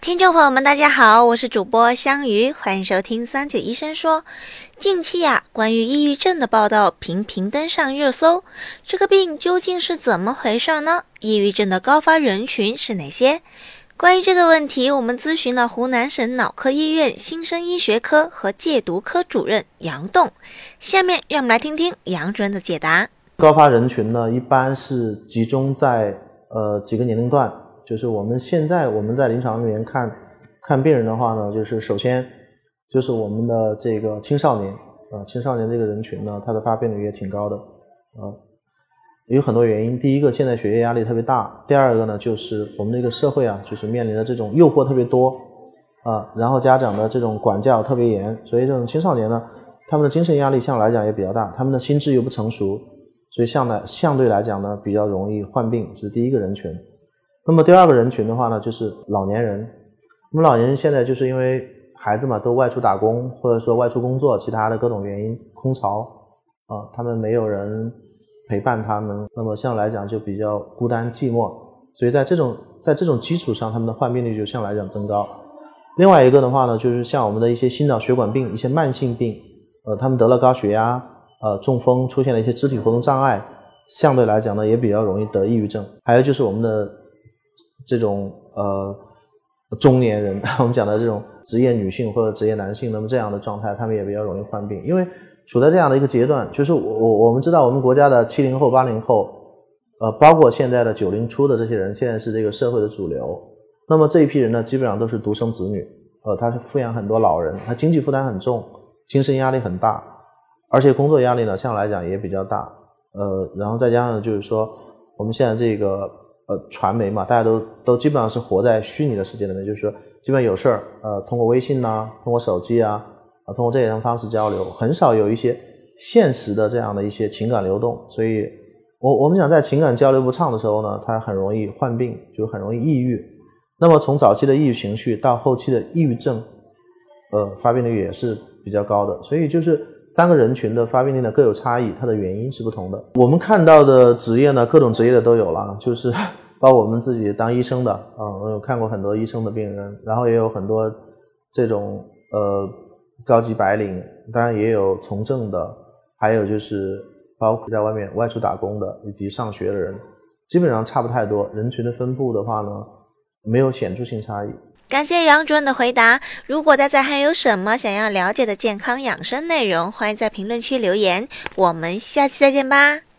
听众朋友们大家好，我是主播香鱼，欢迎收听39医生说。近期关于抑郁症的报道频频登上热搜，这个病究竟是怎么回事呢？抑郁症的高发人群是哪些？关于这个问题，我们咨询了湖南省脑科医院新生医学科和戒毒科主任杨栋，下面让我们来听听杨主任的解答。 高发人群呢，一般是集中在几个年龄段，就是我们在临床里面看病人的话呢，就是首先就是我们的这个青少年这个人群呢，它的发病率也挺高的有很多原因。第一个，现在学业压力特别大；第二个呢，就是我们这个社会就是面临的这种诱惑特别多然后家长的这种管教特别严，所以这种青少年呢，他们的精神压力相对来讲也比较大，他们的心智又不成熟，所以相对来讲呢，比较容易患病，这是第一个人群。那么第二个人群的话呢，就是老年人。那么老年人现在就是因为孩子嘛都外出打工，或者说外出工作，其他的各种原因空巢他们没有人陪伴他们，那么相对来讲就比较孤单寂寞，所以在这种基础上，他们的患病率就相对来讲增高。另外一个的话呢，就是像我们的一些心脑血管病，一些慢性病他们得了高血压中风，出现了一些肢体活动障碍，相对来讲呢也比较容易得抑郁症。还有就是我们的这种中年人，我们讲的这种职业女性或者职业男性，那么这样的状态他们也比较容易患病。因为处在这样的一个阶段，就是我们知道我们国家的70后80后包括现在的90初的这些人，现在是这个社会的主流。那么这一批人呢，基本上都是独生子女他是抚养很多老人，他经济负担很重，精神压力很大，而且工作压力呢相对来讲也比较大然后再加上就是说我们现在这个传媒嘛，大家都基本上是活在虚拟的世界里面，就是说基本上有事通过微信通过手机通过这种方式交流，很少有一些现实的这样的一些情感流动。所以我们讲在情感交流不畅的时候呢，他很容易患病，就很容易抑郁。那么从早期的抑郁情绪到后期的抑郁症发病率也是比较高的。所以就是三个人群的发病率呢各有差异，它的原因是不同的。我们看到的职业呢，各种职业的都有了，就是包括我们自己当医生的我有看过很多医生的病人，然后也有很多这种高级白领，当然也有从政的，还有就是包括在外面外出打工的以及上学的人，基本上差不太多。人群的分布的话呢，没有显著性差异。 感谢杨主任的回答。如果大家还有什么想要了解的健康养生内容，欢迎在评论区留言。我们下期再见吧。